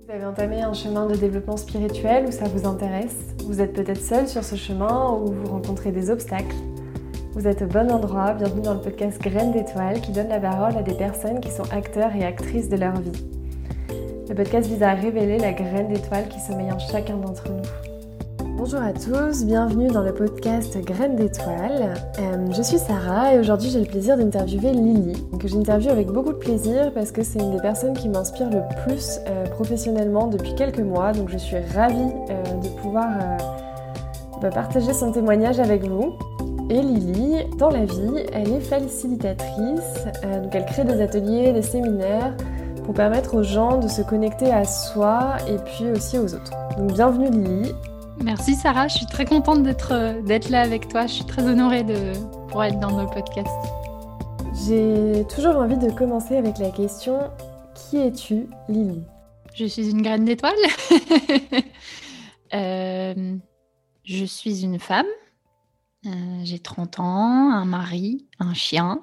Vous avez entamé un chemin de développement spirituel où ça vous intéresse. Vous êtes peut-être seul sur ce chemin ou vous rencontrez des obstacles. Vous êtes au bon endroit, bienvenue dans le podcast Graines d'étoiles qui donne la parole à des personnes qui sont acteurs et actrices de leur vie. Le podcast vise à révéler la graine d'étoile qui sommeille en chacun d'entre nous. Bonjour à tous, bienvenue dans le podcast Graines d'étoiles. Je suis Sarah et aujourd'hui j'ai le plaisir d'interviewer Lily, que j'interviewe avec beaucoup de plaisir parce que c'est une des personnes qui m'inspire le plus professionnellement depuis quelques mois. Donc je suis ravie de pouvoir partager son témoignage avec vous. Et Lily, dans la vie, elle est facilitatrice, donc elle crée des ateliers, des séminaires pour permettre aux gens de se connecter à soi et puis aussi aux autres. Donc bienvenue Lily. Merci Sarah, je suis très contente d'être là avec toi. Je suis très honorée pour être dans le podcast. J'ai toujours envie de commencer avec la question « Qui es-tu, Lily ?» Je suis une graine d'étoile. Je suis une femme. J'ai 30 ans, un mari, un chien.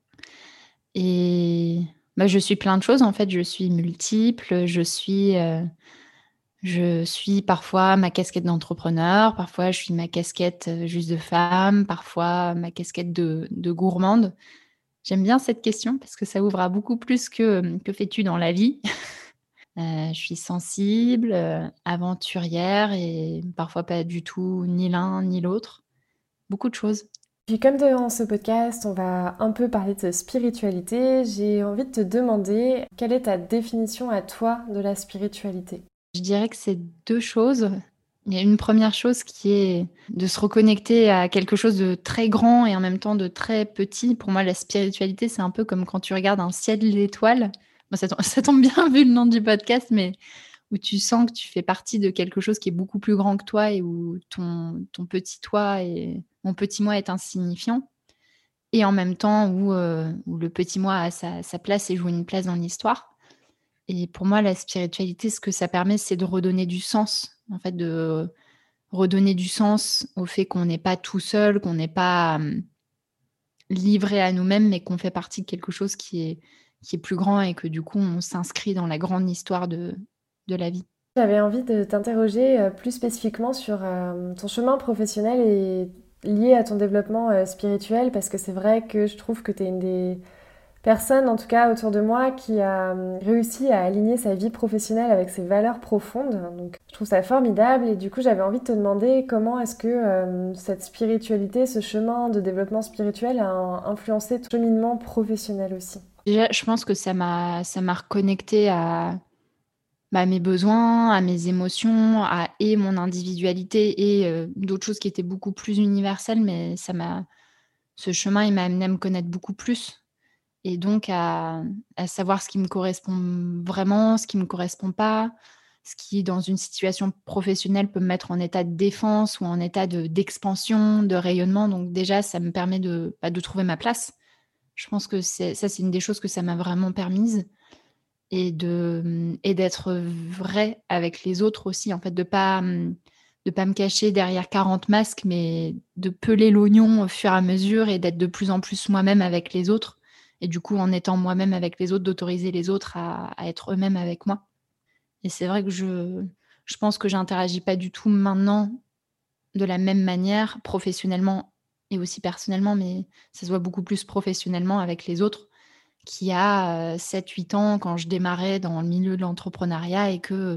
Et je suis plein de choses en fait. Je suis multiple. Je suis parfois ma casquette d'entrepreneur, parfois je suis ma casquette juste de femme, parfois ma casquette de gourmande. J'aime bien cette question parce que ça ouvre à beaucoup plus que fais-tu dans la vie. Je suis sensible, aventurière et parfois pas du tout ni l'un ni l'autre. Beaucoup de choses. Puis comme dans ce podcast, on va un peu parler de spiritualité, j'ai envie de te demander quelle est ta définition à toi de la spiritualité ? Je dirais que c'est deux choses. Il y a une première chose qui est de se reconnecter à quelque chose de très grand et en même temps de très petit. Pour moi, la spiritualité, c'est un peu comme quand tu regardes un ciel d'étoiles. Bon, ça tombe bien vu le nom du podcast, mais où tu sens que tu fais partie de quelque chose qui est beaucoup plus grand que toi et où ton petit toi et mon petit moi est insignifiant. Et en même temps où le petit moi a sa place et joue une place dans l'histoire. Et pour moi, la spiritualité, ce que ça permet, c'est de redonner du sens. En fait, de redonner du sens au fait qu'on n'est pas tout seul, qu'on n'est pas livré à nous-mêmes, mais qu'on fait partie de quelque chose qui est plus grand et que du coup, on s'inscrit dans la grande histoire de la vie. J'avais envie de t'interroger plus spécifiquement sur ton chemin professionnel et lié à ton développement spirituel parce que c'est vrai que je trouve que tu es une des personne, en tout cas autour de moi, qui a réussi à aligner sa vie professionnelle avec ses valeurs profondes. Donc, je trouve ça formidable et du coup, j'avais envie de te demander comment est-ce que cette spiritualité, ce chemin de développement spirituel a influencé ton cheminement professionnel aussi. Déjà, je pense que ça m'a reconnecté à mes besoins, à mes émotions, et mon individualité et d'autres choses qui étaient beaucoup plus universelles, mais ce chemin, il m'a amené à me connaître beaucoup plus. Et donc à savoir ce qui me correspond vraiment, ce qui me correspond pas, ce qui, dans une situation professionnelle, peut me mettre en état de défense ou en état d'expansion, de rayonnement. Donc déjà, ça me permet de trouver ma place. Je pense que c'est une des choses que ça m'a vraiment permise et d'être vraie avec les autres aussi, en fait, de pas me cacher derrière 40 masques, mais de peler l'oignon au fur et à mesure et d'être de plus en plus moi-même avec les autres. Et du coup, en étant moi-même avec les autres, d'autoriser les autres à être eux-mêmes avec moi. Et c'est vrai que je pense que j'interagis pas du tout maintenant de la même manière, professionnellement et aussi personnellement, mais ça se voit beaucoup plus professionnellement avec les autres, qu'il y a 7-8 ans quand je démarrais dans le milieu de l'entrepreneuriat et que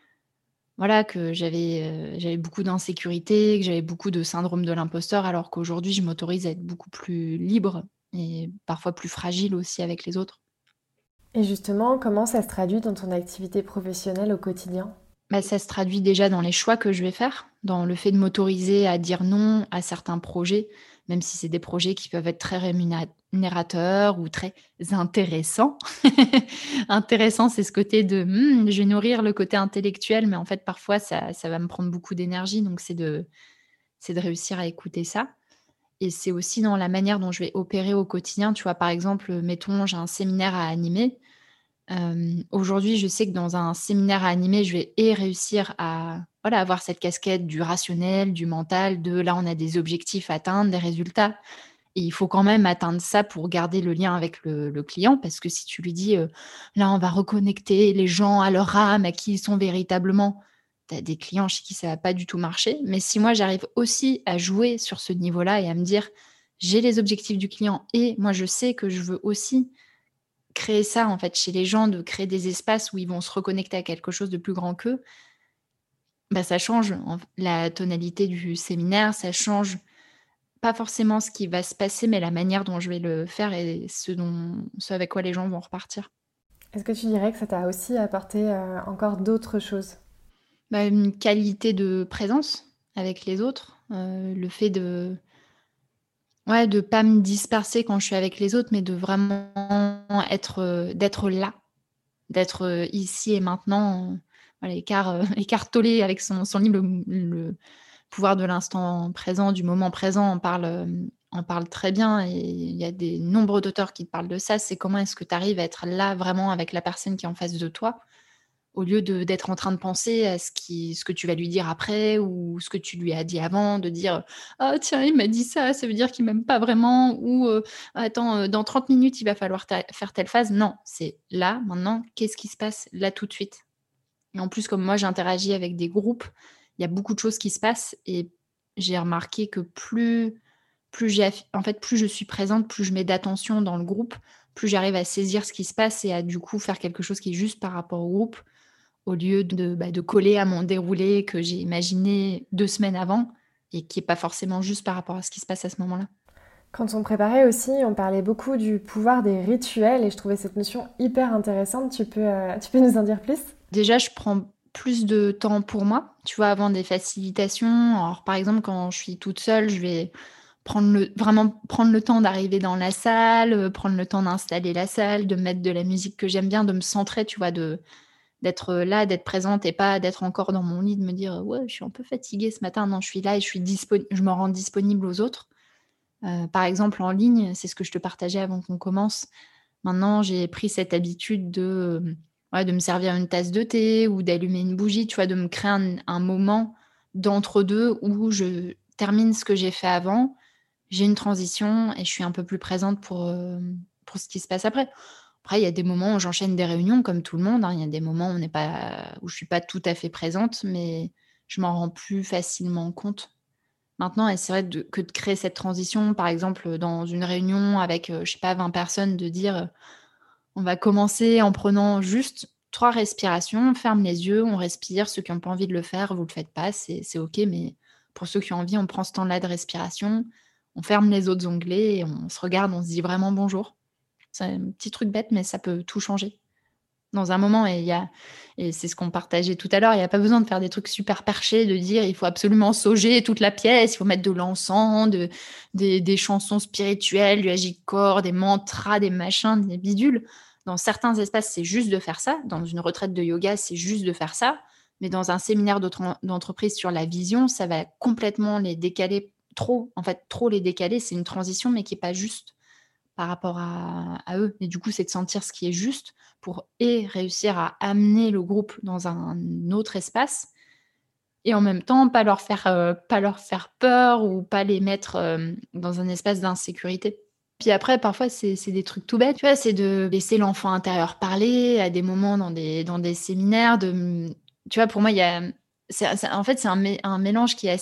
j'avais beaucoup d'insécurité, que j'avais beaucoup de syndrome de l'imposteur, alors qu'aujourd'hui, je m'autorise à être beaucoup plus libre et parfois plus fragile aussi avec les autres. Et justement, comment ça se traduit dans ton activité professionnelle au quotidien ? Ça se traduit déjà dans les choix que je vais faire, dans le fait de m'autoriser à dire non à certains projets, même si c'est des projets qui peuvent être très rémunérateurs ou très intéressants. Intéressant, c'est ce côté de je vais nourrir le côté intellectuel, mais en fait, parfois, ça va me prendre beaucoup d'énergie. Donc, c'est de réussir à écouter ça. Et c'est aussi dans la manière dont je vais opérer au quotidien. Tu vois, par exemple, mettons, j'ai un séminaire à animer. Aujourd'hui, je sais que dans un séminaire à animer, je vais réussir à avoir cette casquette du rationnel, du mental, de là, on a des objectifs à atteindre, des résultats. Et il faut quand même atteindre ça pour garder le lien avec le client, parce que si tu lui dis, là, on va reconnecter les gens à leur âme, à qui ils sont véritablement, tu as des clients chez qui ça va pas du tout marcher. Mais si moi, j'arrive aussi à jouer sur ce niveau-là et à me dire: «J'ai les objectifs du client et moi, je sais que je veux aussi créer ça, en fait, chez les gens, de créer des espaces où ils vont se reconnecter à quelque chose de plus grand qu'eux», bah, ça change la tonalité du séminaire, ça change pas forcément ce qui va se passer, mais la manière dont je vais le faire et ce avec quoi les gens vont repartir. Est-ce que tu dirais que ça t'a aussi apporté encore d'autres choses? Bah, une qualité de présence avec les autres, le fait de ouais, de pas me disperser quand je suis avec les autres, mais de vraiment d'être là, d'être, ici et maintenant, voilà, Eckhart Tolle avec son livre le pouvoir de l'instant présent, du moment présent, en parle très bien, et il y a des nombreux d'auteurs qui te parlent de ça. C'est comment est-ce que tu arrives à être là vraiment avec la personne qui est en face de toi, au lieu d'être en train de penser à ce que tu vas lui dire après ou ce que tu lui as dit avant, de dire: «Ah tiens, il m'a dit ça veut dire qu'il m'aime pas vraiment» ou «Attends, dans 30 minutes, il va falloir faire telle phase». Non, c'est là, maintenant, qu'est-ce qui se passe là tout de suite? Et en plus, comme moi, j'interagis avec des groupes, il y a beaucoup de choses qui se passent, et j'ai remarqué que plus je suis présente, plus je mets d'attention dans le groupe, plus j'arrive à saisir ce qui se passe et à, du coup, faire quelque chose qui est juste par rapport au groupe, au lieu de coller à mon déroulé que j'ai imaginé 2 semaines avant et qui est pas forcément juste par rapport à ce qui se passe à ce moment-là. Quand on préparait aussi, on parlait beaucoup du pouvoir des rituels et je trouvais cette notion hyper intéressante. Tu peux nous en dire plus? Déjà, je prends plus de temps pour moi, tu vois, avant des facilitations. Alors, par exemple, quand je suis toute seule, je vais prendre le temps d'arriver dans la salle, prendre le temps d'installer la salle, de mettre de la musique que j'aime bien, de me centrer, tu vois, d'être là, d'être présente et pas d'être encore dans mon lit, de me dire: «Ouais, je suis un peu fatiguée ce matin». Non, je suis là et je me rends disponible aux autres. Par exemple, en ligne, c'est ce que je te partageais avant qu'on commence. Maintenant, j'ai pris cette habitude ouais, de me servir une tasse de thé ou d'allumer une bougie, tu vois? De me créer un moment d'entre-deux où je termine ce que j'ai fait avant, j'ai une transition et je suis un peu plus présente pour ce qui se passe après. Après, il y a des moments où j'enchaîne des réunions comme tout le monde, hein. Il y a des moments où je suis pas tout à fait présente, mais je m'en rends plus facilement compte maintenant, et c'est vrai que de créer cette transition, par exemple, dans une réunion avec, je sais pas, 20 personnes, de dire, on va commencer en prenant juste 3 respirations, on ferme les yeux, on respire. Ceux qui ont pas envie de le faire, vous le faites pas, c'est OK, mais pour ceux qui ont envie, on prend ce temps-là de respiration, on ferme les autres onglets et on se regarde, on se dit vraiment bonjour. C'est un petit truc bête, mais ça peut tout changer dans un moment, et c'est ce qu'on partageait tout à l'heure, il y a pas besoin de faire des trucs super perchés, de dire: «Il faut absolument sauger toute la pièce, il faut mettre de l'encens, des chansons spirituelles, du hachis-corps, des mantras, des machins, des bidules». Dans certains espaces, c'est juste de faire ça. Dans une retraite de yoga, c'est juste de faire ça. Mais dans un séminaire d'entreprise sur la vision, ça va complètement les décaler trop, en fait, trop les décaler. C'est une transition, mais qui est pas juste par rapport à eux, et du coup, c'est de sentir ce qui est juste pour réussir à amener le groupe dans un autre espace, et en même temps pas leur faire peur ou pas les mettre, dans un espace d'insécurité. Puis après, parfois, c'est des trucs tout bêtes, tu vois? C'est de laisser l'enfant intérieur parler à des moments dans des séminaires, tu vois? Pour moi, il y a en fait, c'est un mélange qui est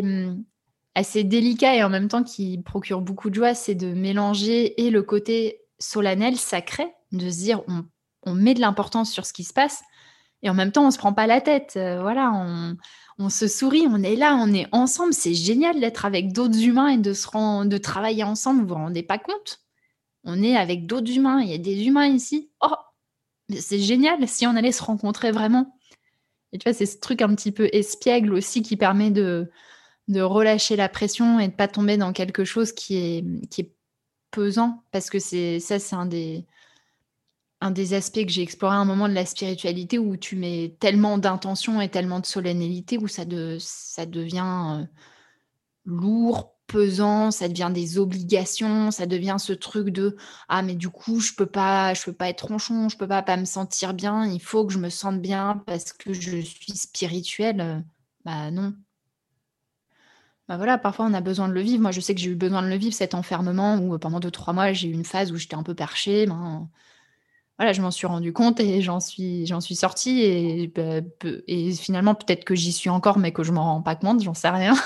assez délicat et en même temps qui procure beaucoup de joie. C'est de mélanger et le côté solennel, sacré, de se dire: on met de l'importance sur ce qui se passe, et en même temps, on se prend pas la tête, voilà, on se sourit, on est là, on est ensemble. C'est génial d'être avec d'autres humains et de travailler ensemble, vous vous rendez pas compte? On est avec d'autres humains, il y a des humains ici. Oh! Mais c'est génial si on allait se rencontrer vraiment, et tu vois, c'est ce truc un petit peu espiègle aussi qui permet de relâcher la pression et de pas tomber dans quelque chose qui est pesant, parce que c'est un des aspects que j'ai exploré à un moment de la spiritualité, où tu mets tellement d'intention et tellement de solennalité, où ça devient, lourd, pesant, ça devient des obligations, ça devient ce truc de: «Ah mais du coup, je peux pas être ronchon, je peux pas me sentir bien, il faut que je me sente bien parce que je suis spirituel», bah non. Bah, voilà, parfois on a besoin de le vivre. Moi, je sais que j'ai eu besoin de le vivre, cet enfermement où, pendant 2-3 mois, j'ai eu une phase où j'étais un peu perchée. Ben, voilà, je m'en suis rendu compte et j'en suis sortie et et finalement, peut-être que j'y suis encore, mais que je m'en rends pas compte, j'en sais rien.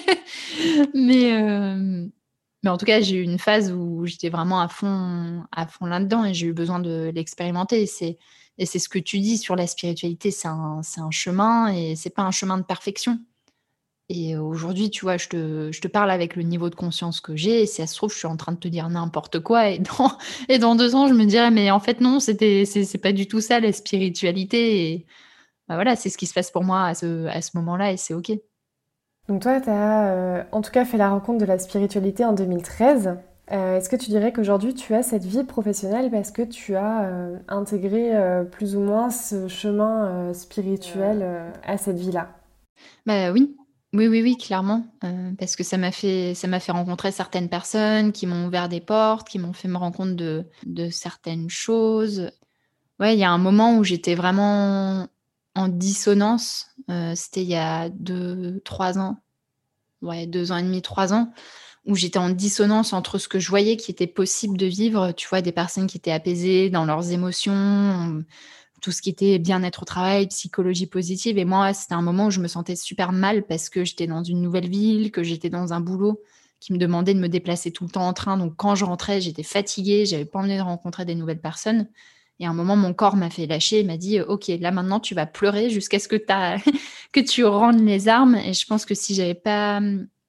Mais, mais en tout cas, j'ai eu une phase où j'étais vraiment à fond là-dedans et j'ai eu besoin de l'expérimenter et c'est ce que tu dis sur la spiritualité, c'est un chemin et c'est pas un chemin de perfection. Et aujourd'hui, tu vois, je te parle avec le niveau de conscience que j'ai et si ça se trouve, je suis en train de te dire n'importe quoi et dans 2 ans, je me dirais: «Mais en fait non, c'est pas du tout ça la spiritualité» et bah, voilà, c'est ce qui se passe pour moi à ce moment-là et c'est OK. Donc toi, tu as en tout cas fait la rencontre de la spiritualité en 2013. Est-ce que tu dirais qu'aujourd'hui tu as cette vie professionnelle parce que tu as intégré plus ou moins ce chemin spirituel à cette vie-là? Bah, oui. Oui, oui, oui, clairement, parce que ça m'a fait rencontrer certaines personnes qui m'ont ouvert des portes, qui m'ont fait me rendre compte de certaines choses. Ouais, il y a un moment où j'étais vraiment en dissonance, c'était il y a 2-3 ans, ouais, 2 ans et demi, 3 ans, où j'étais en dissonance entre ce que je voyais qui était possible de vivre, tu vois? Des personnes qui étaient apaisées dans leurs émotions, tout ce qui était bien-être au travail, psychologie positive et moi, c'était un moment où je me sentais super mal parce que j'étais dans une nouvelle ville, que j'étais dans un boulot qui me demandait de me déplacer tout le temps en train. Donc quand je rentrais, j'étais fatiguée, j'avais pas envie de rencontrer des nouvelles personnes et à un moment, mon corps m'a fait lâcher et m'a dit: «OK, là maintenant tu vas pleurer jusqu'à ce que que tu rendes les armes» et je pense que si j'avais pas,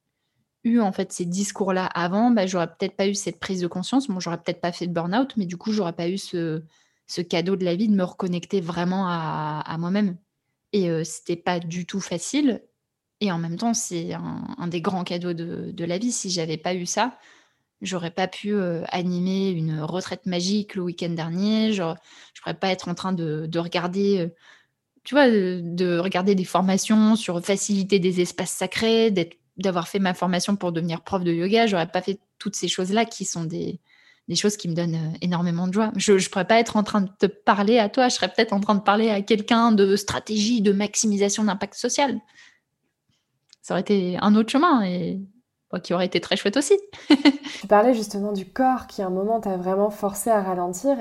eu en fait ces discours-là avant, bah, j'aurais peut-être pas eu cette prise de conscience. Bon, j'aurais peut-être pas fait de burn-out, mais du coup, j'aurais pas eu ce cadeau de la vie de me reconnecter vraiment à moi-même et c'était pas du tout facile et en même temps, c'est un des grands cadeaux de la vie. Si j'avais pas eu ça, j'aurais pas pu, animer une retraite magique le week-end dernier. Je pourrais pas être en train de regarder, tu vois, de regarder des formations sur faciliter des espaces sacrés, d'avoir fait ma formation pour devenir prof de yoga, j'aurais pas fait toutes ces choses-là qui sont des choses qui me donnent, énormément de joie. Je pourrais pas être en train de te parler à toi, je serais peut-être en train de parler à quelqu'un de stratégie, de maximisation d'impact social. Ça aurait été un autre chemin et bah, qui aurait été très chouette aussi. Tu parlais justement du corps qui à un moment t'a vraiment forcé à ralentir.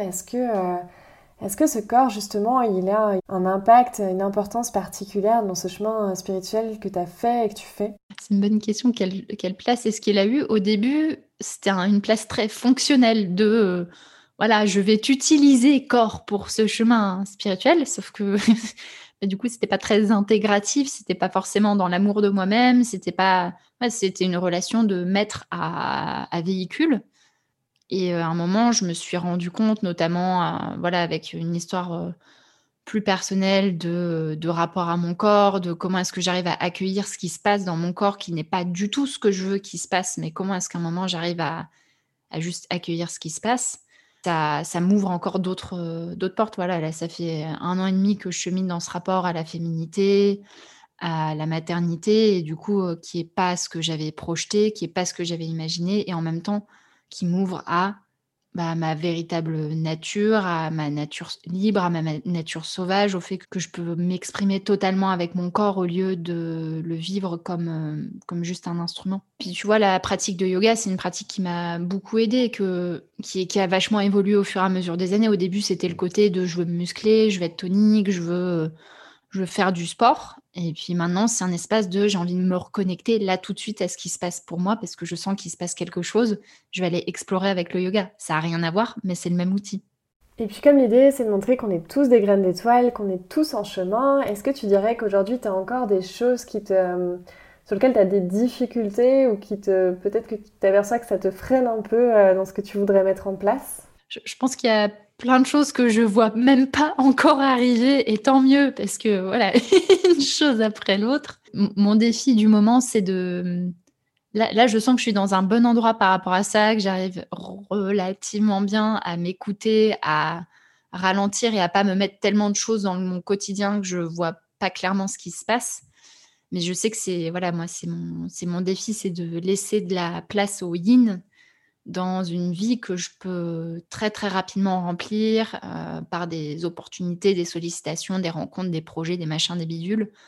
Est-ce que ce corps justement il a un impact, une importance particulière dans ce chemin spirituel que tu as fait et que tu fais? C'est une bonne question. Quelle place est-ce qu'il a eu? Au début, c'était une place très fonctionnelle de, voilà, je vais t'utiliser corps pour ce chemin spirituel, sauf que, bah, du coup, c'était pas très intégratif, c'était pas forcément dans l'amour de moi-même, c'était pas ouais, c'était une relation de maître à véhicule et à un moment, je me suis rendu compte notamment, voilà, avec une histoire, plus personnel de rapport à mon corps, de comment est-ce que j'arrive à accueillir ce qui se passe dans mon corps qui n'est pas du tout ce que je veux qu'il se passe, mais comment est-ce qu'à un moment j'arrive à juste accueillir ce qui se passe. Ça m'ouvre encore d'autres portes. Voilà, là, ça fait 1 an et demi que je chemine dans ce rapport à la féminité, à la maternité et du coup, qui est pas ce que j'avais projeté, qui est pas ce que j'avais imaginé et en même temps qui m'ouvre à bah, ma véritable nature, à ma nature libre, à ma nature sauvage, au fait que je peux m'exprimer totalement avec mon corps au lieu de le vivre comme juste un instrument. Puis tu vois, la pratique de yoga, c'est une pratique qui m'a beaucoup aidée, qui a vachement évolué au fur et à mesure des années. Au début, c'était le côté de je veux me muscler, je veux être tonique, je veux faire du sport et puis maintenant, c'est un espace de j'ai envie de me reconnecter là tout de suite à ce qui se passe pour moi parce que je sens qu'il se passe quelque chose. Je vais aller explorer avec le yoga. Ça a rien à voir, mais c'est le même outil. Et puis comme l'idée c'est de montrer qu'on est tous des graines d'étoiles, qu'on est tous en chemin, est-ce que tu dirais qu'aujourd'hui tu as encore des choses sur lesquelles tu as des difficultés ou peut-être que tu t'aperçois que ça te freine un peu dans ce que tu voudrais mettre en place? Je pense qu'il y a plein de choses que je vois même pas encore arriver et tant mieux parce que voilà, une chose après l'autre. Mon défi du moment, c'est de là, je sens que je suis dans un bon endroit par rapport à ça, que j'arrive relativement bien à m'écouter, à ralentir et à pas me mettre tellement de choses dans mon quotidien que je vois pas clairement ce qui se passe. Mais je sais que c'est voilà, moi, c'est mon défi, c'est de laisser de la place au yin dans une vie que je peux très, très rapidement remplir, par des opportunités, des sollicitations, des rencontres, des projets, des machins, des bidules.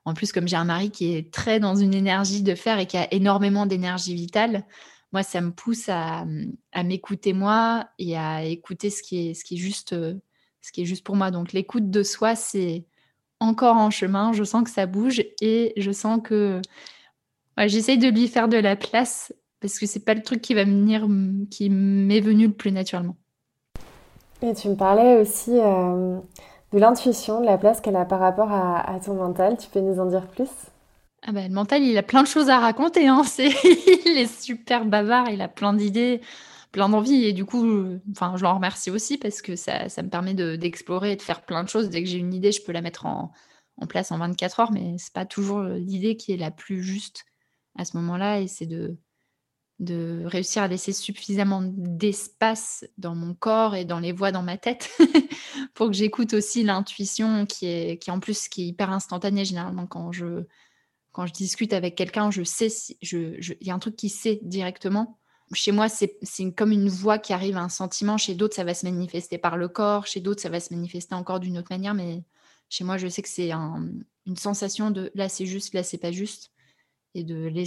En plus, comme j'ai un mari qui est très dans une énergie de faire et qui a énormément d'énergie vitale, moi, ça me pousse à m'écouter moi et à écouter ce qui est juste pour moi. Donc l'écoute de soi, c'est encore en chemin. Je sens que ça bouge et je sens que ouais, j'essaye de lui faire de la place parce que c'est pas le truc qui va venir, qui m'est venu le plus naturellement. Et tu me parlais aussi de l'intuition, de la place qu'elle a par rapport à ton mental. Tu peux nous en dire plus? Ah bah, le mental, il a plein de choses à raconter, hein. Il est super bavard, il a plein d'idées, plein d'envies et du coup, enfin, je l'en remercie aussi parce que ça me permet d'explorer et de faire plein de choses. Dès que j'ai une idée, je peux la mettre en place en 24 heures, mais c'est pas toujours l'idée qui est la plus juste à ce moment-là et c'est de réussir à laisser suffisamment d'espace dans mon corps et dans les voix dans ma tête pour que j'écoute aussi l'intuition qui est en plus qui est hyper instantanée généralement quand je discute avec quelqu'un, je sais si il y a un truc qui sait directement. Chez moi, c'est comme une voix qui arrive à un sentiment. Chez d'autres, ça va se manifester par le corps. Chez d'autres, ça va se manifester encore d'une autre manière. Mais chez moi, je sais que c'est une sensation de là, c'est juste, là, c'est pas juste. Et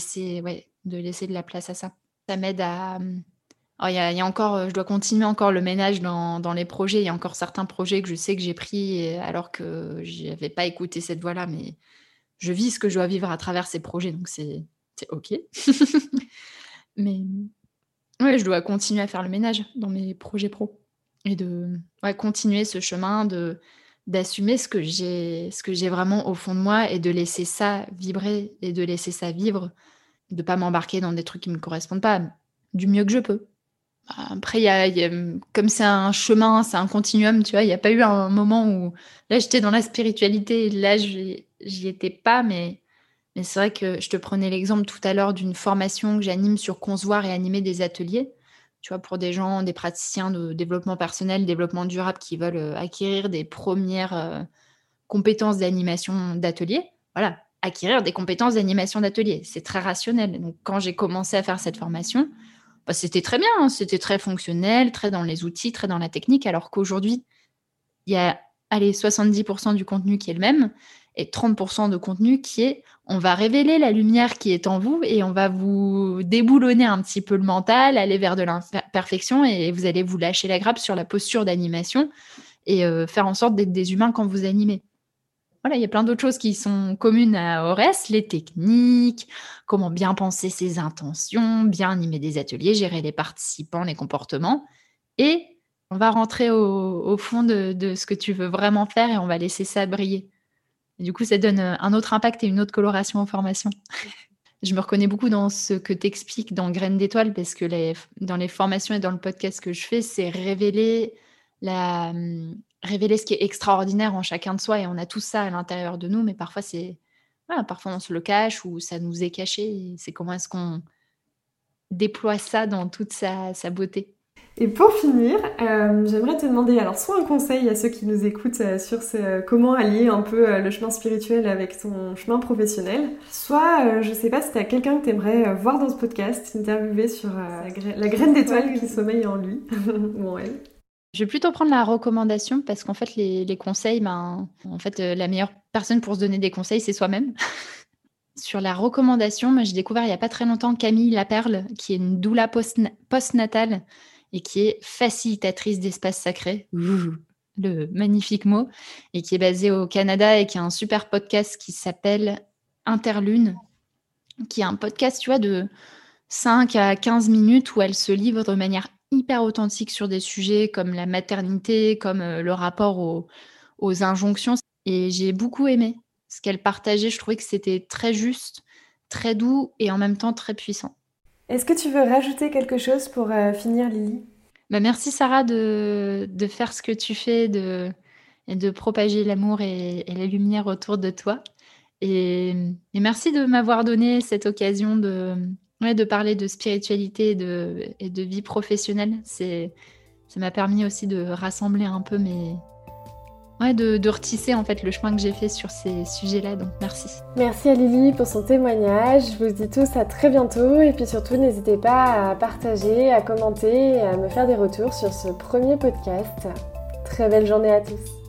de laisser de la place à ça. Ça m'aide à. Alors, il y a encore, je dois continuer encore le ménage dans les projets. Il y a encore certains projets que je sais que j'ai pris alors que je n'avais pas écouté cette voix-là. Mais je vis ce que je dois vivre à travers ces projets, donc c'est OK. Mais ouais, je dois continuer à faire le ménage dans mes projets pro et continuer ce chemin d'assumer ce que j'ai vraiment au fond de moi et de laisser ça vibrer et de laisser ça vivre, de pas m'embarquer dans des trucs qui me correspondent pas, du mieux que je peux. Après comme c'est un chemin, c'est un continuum, tu vois? Il y a pas eu un moment où là, j'étais dans la spiritualité et là, j'y étais pas, mais c'est vrai que je te prenais l'exemple tout à l'heure d'une formation que j'anime sur concevoir et animer des ateliers, tu vois? Pour des gens, des praticiens de développement personnel, développement durable qui veulent, acquérir des premières compétences d'animation d'atelier. Voilà, acquérir des compétences d'animation d'atelier, c'est très rationnel. Donc quand j'ai commencé à faire cette formation, bah, c'était très bien, hein, c'était très fonctionnel, très dans les outils, très dans la technique, alors qu'aujourd'hui, il y a, allez, 70% du contenu qui est le même et 30% de contenu qui est on va révéler la lumière qui est en vous et on va vous déboulonner un petit peu le mental, aller vers de l'imperfection et vous allez vous lâcher la grappe sur la posture d'animation et faire en sorte d'être des humains quand vous animez. Voilà, il y a plein d'autres choses qui sont communes au reste, les techniques, comment bien penser ses intentions, bien animer des ateliers, gérer les participants, les comportements. Et on va rentrer au fond de ce que tu veux vraiment faire et on va laisser ça briller. Et du coup, ça donne un autre impact et une autre coloration aux formations. Je me reconnais beaucoup dans ce que tu expliques dans Graines d'étoiles parce que dans les formations et dans le podcast que je fais, c'est révéler ce qui est extraordinaire en chacun de soi et on a tout ça à l'intérieur de nous, mais parfois parfois on se le cache ou ça nous est caché. Et c'est comment est-ce qu'on déploie ça dans toute sa beauté. Et pour finir, j'aimerais te demander alors soit un conseil à ceux qui nous écoutent sur comment allier un peu le chemin spirituel avec ton chemin professionnel, soit je sais pas si tu as quelqu'un que tu aimerais voir dans ce podcast, interviewer sur la graine d'étoile qui sommeille en lui ou en elle. Je vais plutôt prendre la recommandation parce qu'en fait, les conseils, la meilleure personne pour se donner des conseils, c'est soi-même. Sur la recommandation, moi, j'ai découvert il n'y a pas très longtemps Camille Laperle, qui est une doula postnatale et qui est facilitatrice d'espaces sacrés. Le magnifique mot. Et qui est basée au Canada et qui a un super podcast qui s'appelle Interlune, qui est un podcast, tu vois, de 5 à 15 minutes où elle se livre de manière hyper authentique sur des sujets comme la maternité, comme le rapport aux injonctions. Et j'ai beaucoup aimé ce qu'elle partageait. Je trouvais que c'était très juste, très doux et en même temps très puissant. Est-ce que tu veux rajouter quelque chose pour finir, Lily ? Merci Sarah de faire ce que tu fais et de propager l'amour et la lumière autour de toi. Et merci de m'avoir donné cette occasion de parler de spiritualité et de vie professionnelle. Ça m'a permis aussi de rassembler un peu de retisser en fait le chemin que j'ai fait sur ces sujets-là. Donc merci. Merci à Lily pour son témoignage. Je vous dis tous à très bientôt et puis surtout n'hésitez pas à partager, à commenter et à me faire des retours sur ce premier podcast. Très belle journée à tous.